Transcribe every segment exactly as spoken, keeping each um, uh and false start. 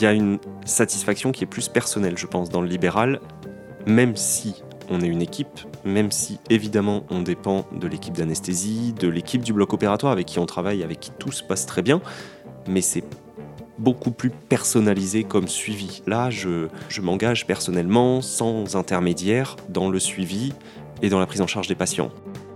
y a une satisfaction qui est plus personnelle, je pense, dans le libéral, même si on est une équipe, même si évidemment on dépend de l'équipe d'anesthésie, de l'équipe du bloc opératoire avec qui on travaille, avec qui tout se passe très bien, mais c'est beaucoup plus personnalisé comme suivi. Là, je, je m'engage personnellement, sans intermédiaire, dans le suivi et dans la prise en charge des patients.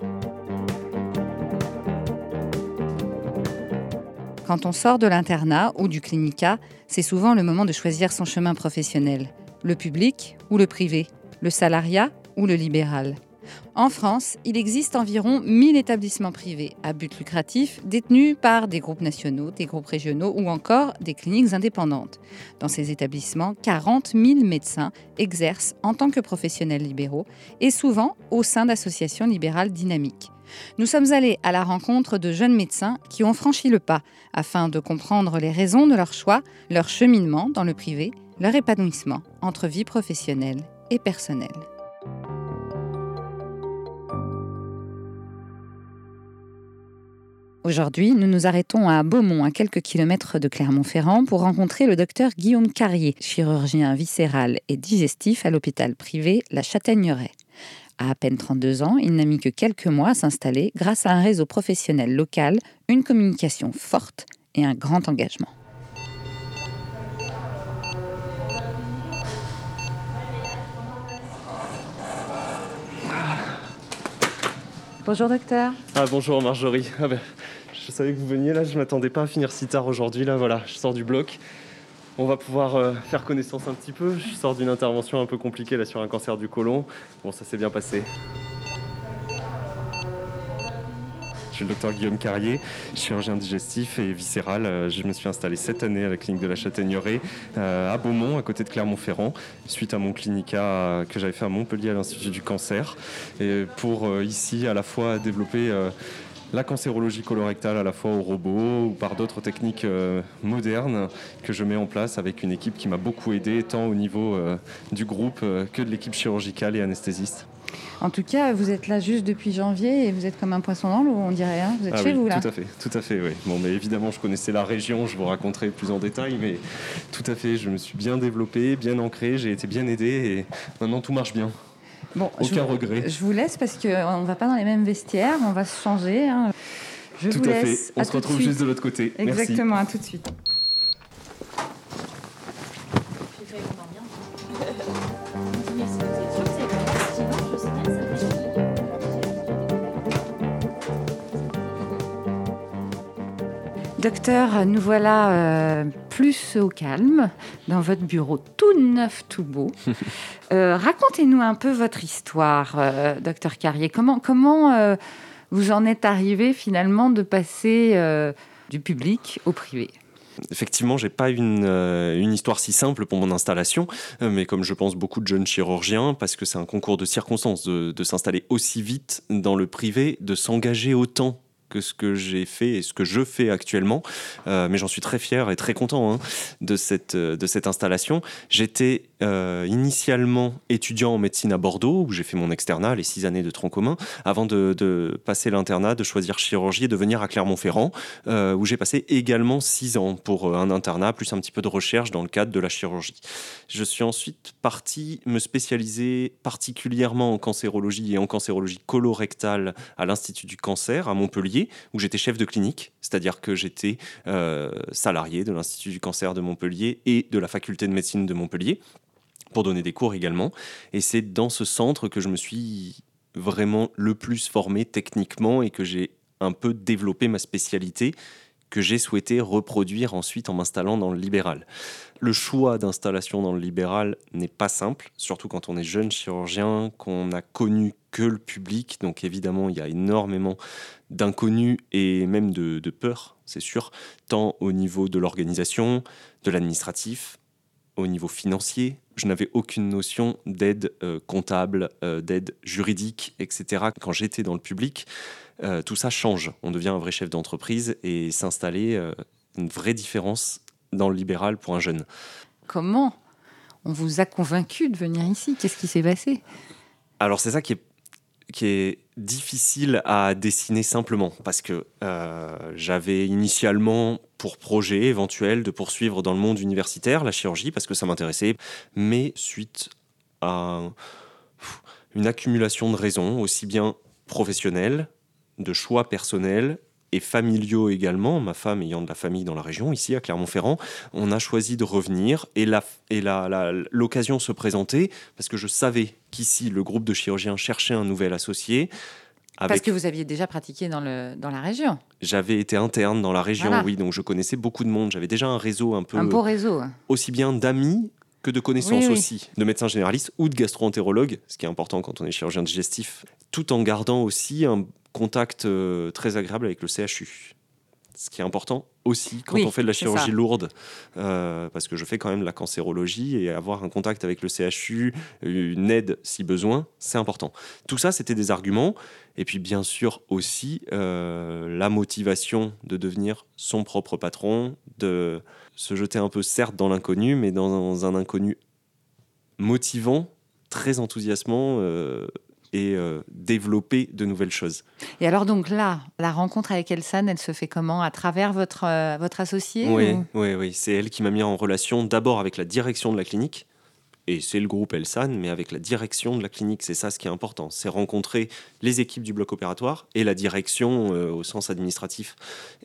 Quand on sort de l'internat ou du clinica, c'est souvent le moment de choisir son chemin professionnel. Le public ou le privé, le salariat ou le libéral. En France, il existe environ mille établissements privés à but lucratif détenus par des groupes nationaux, des groupes régionaux ou encore des cliniques indépendantes. Dans ces établissements, quarante mille médecins exercent en tant que professionnels libéraux et souvent au sein d'associations libérales dynamiques. Nous sommes allés à la rencontre de jeunes médecins qui ont franchi le pas afin de comprendre les raisons de leur choix, leur cheminement dans le privé, leur épanouissement entre vie professionnelle et personnelle. Aujourd'hui, nous nous arrêtons à Beaumont, à quelques kilomètres de Clermont-Ferrand, pour rencontrer le docteur Guillaume Carrier, chirurgien viscéral et digestif à l'hôpital privé La Châtaigneraie. À à peine trente-deux ans, il n'a mis que quelques mois à s'installer grâce à un réseau professionnel local, une communication forte et un grand engagement. Bonjour docteur. Ah bonjour Marjorie. Ah ben, je savais que vous veniez là, je ne m'attendais pas à finir si tard aujourd'hui. Là voilà, je sors du bloc. On va pouvoir euh, faire connaissance un petit peu. Je sors d'une intervention un peu compliquée là sur un cancer du côlon. Bon, ça s'est bien passé. Je suis le docteur Guillaume Carrier, chirurgien digestif et viscéral. Je me suis installé cette année à la clinique de la Châtaigneraie euh, à Beaumont, à côté de Clermont-Ferrand, suite à mon clinica que j'avais fait à Montpellier à l'Institut du cancer. Et pour euh, ici à la fois développer euh, la cancérologie colorectale à la fois au robot ou par d'autres techniques euh, modernes que je mets en place avec une équipe qui m'a beaucoup aidé, tant au niveau euh, du groupe euh, que de l'équipe chirurgicale et anesthésiste. En tout cas, vous êtes là juste depuis janvier et vous êtes comme un poisson dans l'eau, on dirait. Hein, vous êtes ah chez oui, vous là. Tout à fait, tout à fait, oui. Bon, mais évidemment, je connaissais la région, je vous raconterai plus en détail, mais tout à fait, je me suis bien développé, bien ancré, j'ai été bien aidé et maintenant tout marche bien. Bon, aucun je, regret. Je vous laisse parce qu'on ne va pas dans les mêmes vestiaires, on va se changer. Hein. Je tout vous à laisse. fait, on à se retrouve juste de l'autre côté. Exactement, Merci. à tout de suite. Docteur, nous voilà euh, plus au calme dans votre bureau tout neuf, tout beau. euh, racontez-nous un peu votre histoire, euh, docteur Carrier. Comment, comment euh, vous en êtes arrivé finalement de passer euh, du public au privé ? Effectivement, j'ai pas une, euh, une histoire si simple pour mon installation, euh, mais comme je pense beaucoup de jeunes chirurgiens, parce que c'est un concours de circonstances de, de s'installer aussi vite dans le privé, de s'engager autant que ce que j'ai fait et ce que je fais actuellement, euh, mais j'en suis très fier et très content hein, de, cette, de cette installation. J'étais euh, initialement étudiant en médecine à Bordeaux, où j'ai fait mon externat, les six années de tronc commun, avant de, de passer l'internat, de choisir chirurgie et de venir à Clermont-Ferrand, euh, où j'ai passé également six ans pour un internat, plus un petit peu de recherche dans le cadre de la chirurgie. Je suis ensuite parti me spécialiser particulièrement en cancérologie et en cancérologie colorectale à l'Institut du cancer à Montpellier, où j'étais chef de clinique, c'est-à-dire que j'étais euh, salarié de l'Institut du cancer de Montpellier et de la faculté de médecine de Montpellier, pour donner des cours également. Et c'est dans ce centre que je me suis vraiment le plus formé techniquement et que j'ai un peu développé ma spécialité, que j'ai souhaité reproduire ensuite en m'installant dans le libéral. Le choix d'installation dans le libéral n'est pas simple, surtout quand on est jeune chirurgien, qu'on n'a connu que le public. Donc évidemment, il y a énormément d'inconnus et même de, de peur, c'est sûr, tant au niveau de l'organisation, de l'administratif, au niveau financier. Je n'avais aucune notion d'aide euh, comptable, euh, d'aide juridique, et cetera. Quand j'étais dans le public, euh, tout ça change. On devient un vrai chef d'entreprise et s'installer, euh, une vraie différence dans le libéral pour un jeune. Comment on vous a convaincu de venir ici ? Qu'est-ce qui s'est passé ? Alors c'est ça qui est, qui est difficile à dessiner simplement parce que euh, j'avais initialement pour projet éventuel de poursuivre dans le monde universitaire la chirurgie parce que ça m'intéressait, mais suite à une accumulation de raisons, aussi bien professionnelles, de choix personnels et familiaux également, ma femme ayant de la famille dans la région, ici à Clermont-Ferrand, on a choisi de revenir et, la, et la, la, l'occasion se présentait parce que je savais qu'ici, le groupe de chirurgiens cherchait un nouvel associé. Avec... Parce que vous aviez déjà pratiqué dans, le, dans la région. J'avais été interne dans la région, voilà. oui, donc je connaissais beaucoup de monde. J'avais déjà un réseau un peu... Un beau réseau. Aussi bien d'amis que de connaissances oui, oui. aussi, de médecins généralistes ou de gastro-entérologues, ce qui est important quand on est chirurgien digestif, tout en gardant aussi un contact euh, très agréable avec le C H U. Ce qui est important aussi quand oui, on fait de la chirurgie lourde, euh, parce que je fais quand même de la cancérologie et avoir un contact avec le C H U, une aide si besoin, c'est important. Tout ça, c'était des arguments. Et puis bien sûr aussi euh, la motivation de devenir son propre patron, de se jeter un peu certes dans l'inconnu, mais dans un inconnu motivant, très enthousiasmant, euh, et euh, développer de nouvelles choses. Et alors donc là, la rencontre avec Elsan, elle se fait comment ? À travers votre, euh, votre associé ? Oui, ou... oui, oui. C'est elle qui m'a mis en relation d'abord avec la direction de la clinique, et c'est le groupe Elsan, mais avec la direction de la clinique, c'est ça ce qui est important. C'est rencontrer les équipes du bloc opératoire et la direction euh, au sens administratif.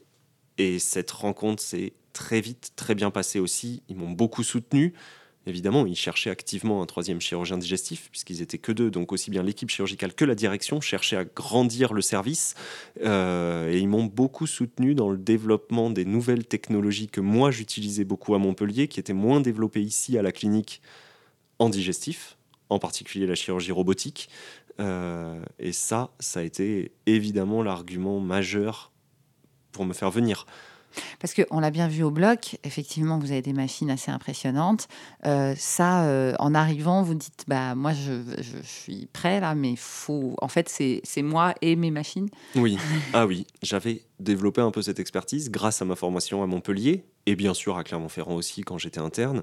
Et cette rencontre s'est très vite, très bien passée aussi. Ils m'ont beaucoup soutenu. Évidemment, ils cherchaient activement un troisième chirurgien digestif, puisqu'ils étaient que deux. Donc aussi bien l'équipe chirurgicale que la direction cherchaient à grandir le service. Euh, et ils m'ont beaucoup soutenu dans le développement des nouvelles technologies que moi, j'utilisais beaucoup à Montpellier, qui étaient moins développées ici à la clinique en digestif, en particulier la chirurgie robotique. Euh, et ça, ça a été évidemment l'argument majeur pour me faire venir. Parce qu'on l'a bien vu au bloc, effectivement, vous avez des machines assez impressionnantes. Euh, ça, euh, en arrivant, vous dites, bah, moi, je, je, je suis prêt là, mais faut... en fait, c'est, c'est moi et mes machines. Oui, ah oui, j'avais développé un peu cette expertise grâce à ma formation à Montpellier et bien sûr à Clermont-Ferrand aussi quand j'étais interne.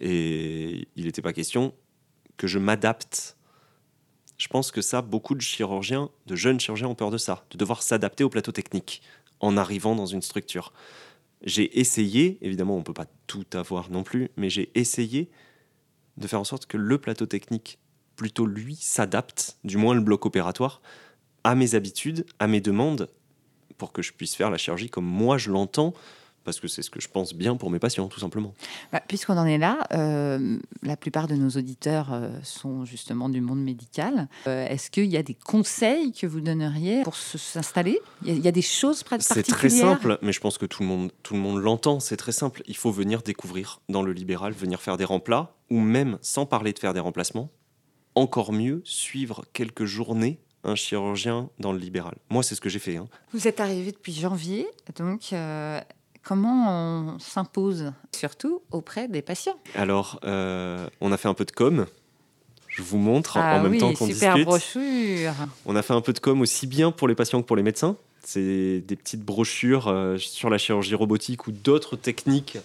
Et il n'était pas question que je m'adapte. Je pense que ça, beaucoup de chirurgiens, de jeunes chirurgiens ont peur de ça, de devoir s'adapter au plateau technique en arrivant dans une structure. J'ai essayé, évidemment on ne peut pas tout avoir non plus, mais j'ai essayé de faire en sorte que le plateau technique, plutôt lui, s'adapte, du moins le bloc opératoire, à mes habitudes, à mes demandes, pour que je puisse faire la chirurgie comme moi je l'entends, parce que c'est ce que je pense bien pour mes patients, tout simplement. Bah, puisqu'on en est là, euh, la plupart de nos auditeurs euh, sont justement du monde médical. Euh, est-ce qu'il y a des conseils que vous donneriez pour se, s'installer ? Il y, a, il y a des choses particulières ? C'est très simple, mais je pense que tout le monde, tout le monde l'entend. C'est très simple. Il faut venir découvrir dans le libéral, venir faire des remplats, ou même, sans parler de faire des remplacements, encore mieux, suivre quelques journées un chirurgien dans le libéral. Moi, c'est ce que j'ai fait. Hein. Vous êtes arrivé depuis janvier, donc... Euh... Comment on s'impose, surtout auprès des patients ? Alors, euh, on a fait un peu de com. Je vous montre ah en même oui, temps qu'on super discute. Brochure. On a fait un peu de com aussi bien pour les patients que pour les médecins. C'est des petites brochures euh, sur la chirurgie robotique ou d'autres techniques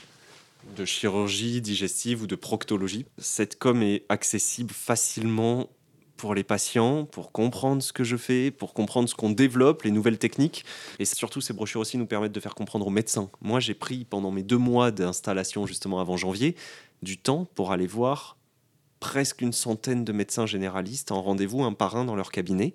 de chirurgie digestive ou de proctologie. Cette com est accessible facilement pour les patients, pour comprendre ce que je fais, pour comprendre ce qu'on développe, les nouvelles techniques. Et surtout, ces brochures aussi nous permettent de faire comprendre aux médecins. Moi, j'ai pris, pendant mes deux mois d'installation, justement avant janvier, du temps pour aller voir presque une centaine de médecins généralistes en rendez-vous un par un dans leur cabinet,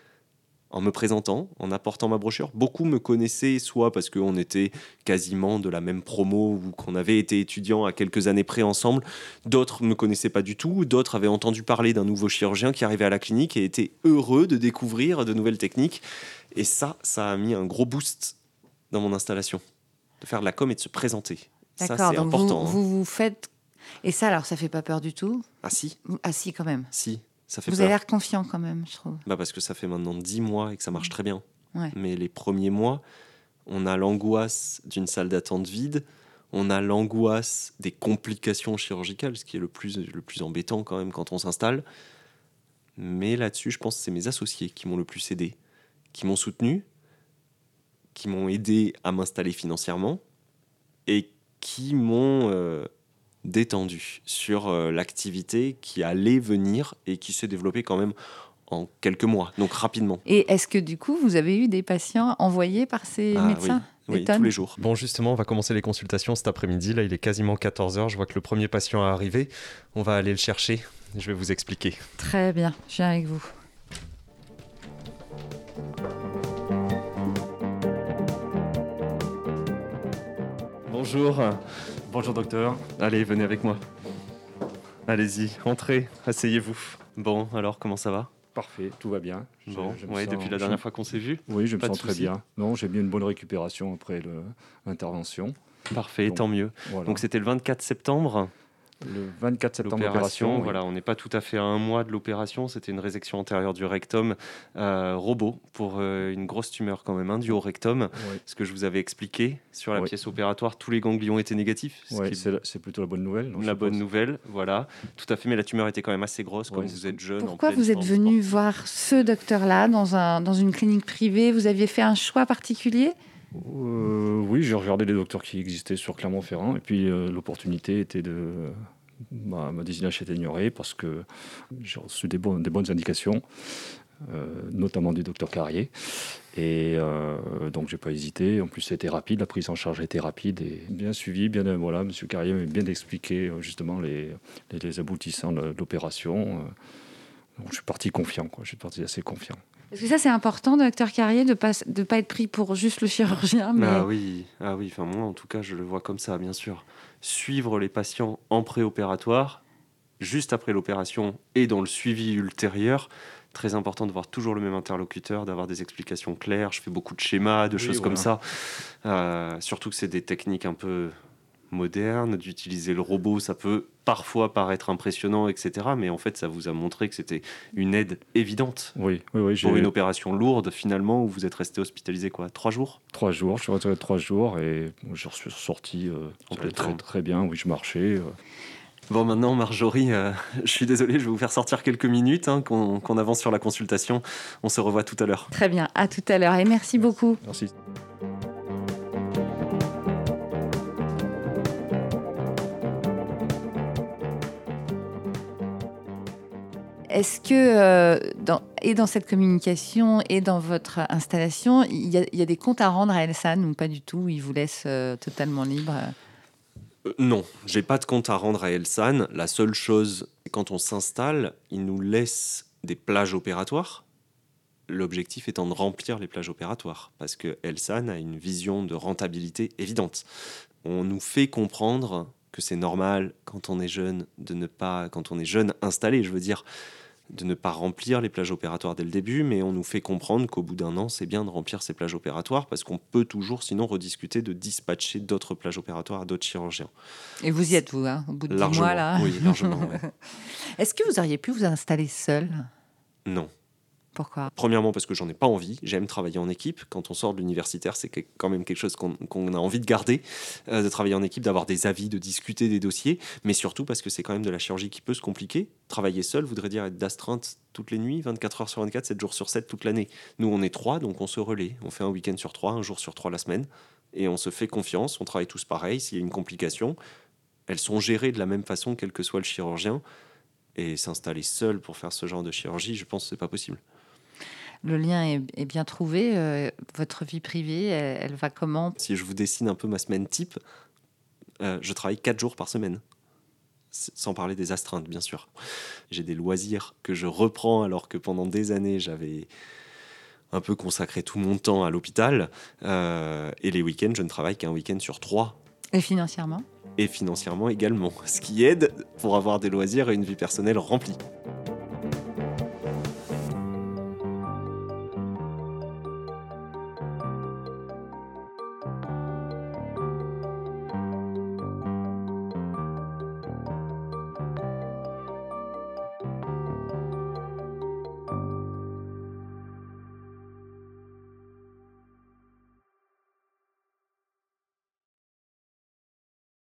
en me présentant, en apportant ma brochure. Beaucoup me connaissaient, soit parce qu'on était quasiment de la même promo ou qu'on avait été étudiants à quelques années près ensemble. D'autres ne me connaissaient pas du tout. D'autres avaient entendu parler d'un nouveau chirurgien qui arrivait à la clinique et étaient heureux de découvrir de nouvelles techniques. Et ça, ça a mis un gros boost dans mon installation. De faire de la com et de se présenter. D'accord, ça, c'est donc important. Vous, vous, vous faites... Et ça, alors, ça fait pas peur du tout ? Ah si. Ah si, quand même. Si. Ça fait Vous peur. avez l'air confiant quand même, je trouve. Bah parce que ça fait maintenant dix mois et que ça marche très bien. Ouais. Mais les premiers mois, on a l'angoisse d'une salle d'attente vide, on a l'angoisse des complications chirurgicales, ce qui est le plus, le plus embêtant quand même quand on s'installe. Mais là-dessus, je pense que c'est mes associés qui m'ont le plus aidé, qui m'ont soutenu, qui m'ont aidé à m'installer financièrement et qui m'ont... Euh, détendu sur euh, l'activité qui allait venir et qui s'est développée quand même en quelques mois, donc rapidement. Et est-ce que du coup, vous avez eu des patients envoyés par ces Ah, médecins? Oui, oui tous les jours. Bon, justement, on va commencer les consultations cet après-midi. Là, il est quasiment quatorze heures. Je vois que le premier patient est arrivé. On va aller le chercher. Je vais vous expliquer. Très bien, je viens avec vous. Bonjour. Bonjour docteur. Allez, venez avec moi. Allez-y, entrez, asseyez-vous. Bon, alors, comment ça va? Parfait, tout va bien. Je, bon, je ouais, sens, depuis la dernière je... fois qu'on s'est vu. Oui, je me pas sens très bien. Non, j'ai bien une bonne récupération après le, l'intervention. Parfait, donc, tant mieux. Voilà. Donc c'était le vingt-quatre septembre. Le vingt-quatre septembre, l'opération. Voilà, oui. On n'est pas tout à fait à un mois de l'opération. C'était une résection antérieure du rectum euh, robot pour euh, une grosse tumeur quand même, hein, du haut rectum. Oui. Ce que je vous avais expliqué sur la oui. pièce opératoire, tous les ganglions étaient négatifs. Oui, qui... c'est, la, c'est plutôt la bonne nouvelle. Non, la bonne pense. nouvelle, voilà. Tout à fait, mais la tumeur était quand même assez grosse, oui. Comme vous êtes jeune. Pourquoi en vous êtes venu voir ce docteur-là dans, un, dans une clinique privée? Vous aviez fait un choix particulier? euh, Oui, j'ai regardé les docteurs qui existaient sur Clermont-Ferrand et puis euh, l'opportunité était de... Ma, ma désignation était ignorée parce que j'ai reçu des, bon, des bonnes indications, euh, notamment du docteur Carrier. Et euh, donc, je n'ai pas hésité. En plus, c'était rapide, la prise en charge était rapide et bien suivie. Bien, voilà, M. Carrier m'a bien expliqué justement les, les, les aboutissants de l'opération. Donc, je suis parti confiant, quoi. Je suis parti assez confiant. Est-ce que ça, c'est important, docteur Carrier, de ne pas, de pas être pris pour juste le chirurgien mais... Ah oui, ah oui. Enfin, moi, en tout cas, je le vois comme ça, bien sûr. Suivre les patients en préopératoire, juste après l'opération et dans le suivi ultérieur. Très important de voir toujours le même interlocuteur, d'avoir des explications claires. Je fais beaucoup de schémas, de oui, choses voilà. comme ça. Euh, surtout que c'est des techniques un peu modernes, d'utiliser le robot, ça peut parfois paraître impressionnant, et cetera. Mais en fait, ça vous a montré que c'était une aide évidente oui, oui, oui, pour j'ai... une opération lourde, finalement, où vous êtes resté hospitalisé quoi, trois jours Trois jours, je suis resté trois jours et je suis sorti euh, très, très bien, oui, je marchais. Euh... Bon, maintenant, Marjorie, euh, je suis désolé, je vais vous faire sortir quelques minutes, hein, qu'on, qu'on avance sur la consultation. On se revoit tout à l'heure. Très bien, à tout à l'heure et merci beaucoup. Merci. Est-ce que, euh, dans, et dans cette communication et dans votre installation, il y a, il y a des comptes à rendre à Elsan ou pas du tout? Ils vous laissent euh, totalement libre euh, Non, j'ai pas de compte à rendre à Elsan. La seule chose, quand on s'installe, ils nous laissent des plages opératoires. L'objectif étant de remplir les plages opératoires, parce que Elsan a une vision de rentabilité évidente. On nous fait comprendre que c'est normal, quand on est jeune, de ne pas, quand on est jeune installé, je veux dire, de ne pas remplir les plages opératoires dès le début, mais on nous fait comprendre qu'au bout d'un an, c'est bien de remplir ces plages opératoires parce qu'on peut toujours, sinon, rediscuter de dispatcher d'autres plages opératoires à d'autres chirurgiens. Et vous y êtes, vous, hein, au bout de largement, dix mois, là. Oui, largement. Ouais. Est-ce que vous auriez pu vous installer seul? Non. Pourquoi? Premièrement, parce que j'en ai pas envie. J'aime travailler en équipe. Quand on sort de l'universitaire, c'est quand même quelque chose qu'on, qu'on a envie de garder, euh, de travailler en équipe, d'avoir des avis, de discuter des dossiers. Mais surtout parce que c'est quand même de la chirurgie qui peut se compliquer. Travailler seul voudrait dire être d'astreinte toutes les nuits, vingt-quatre heures sur vingt-quatre, sept jours sur sept, toute l'année. Nous, on est trois, donc on se relaie. On fait un week-end sur trois, un jour sur trois la semaine. Et on se fait confiance. On travaille tous pareil. S'il y a une complication, elles sont gérées de la même façon, quel que soit le chirurgien. Et s'installer seul pour faire ce genre de chirurgie, je pense que c'est pas possible. Le lien est, est bien trouvé. Euh, votre vie privée, elle, elle va comment? Si je vous dessine un peu ma semaine type, euh, je travaille quatre jours par semaine. Sans parler des astreintes, bien sûr. J'ai des loisirs que je reprends alors que pendant des années, j'avais un peu consacré tout mon temps à l'hôpital. Euh, et les week-ends, je ne travaille qu'un week-end sur trois. Et financièrement? Et financièrement également. Ce qui aide pour avoir des loisirs et une vie personnelle remplie.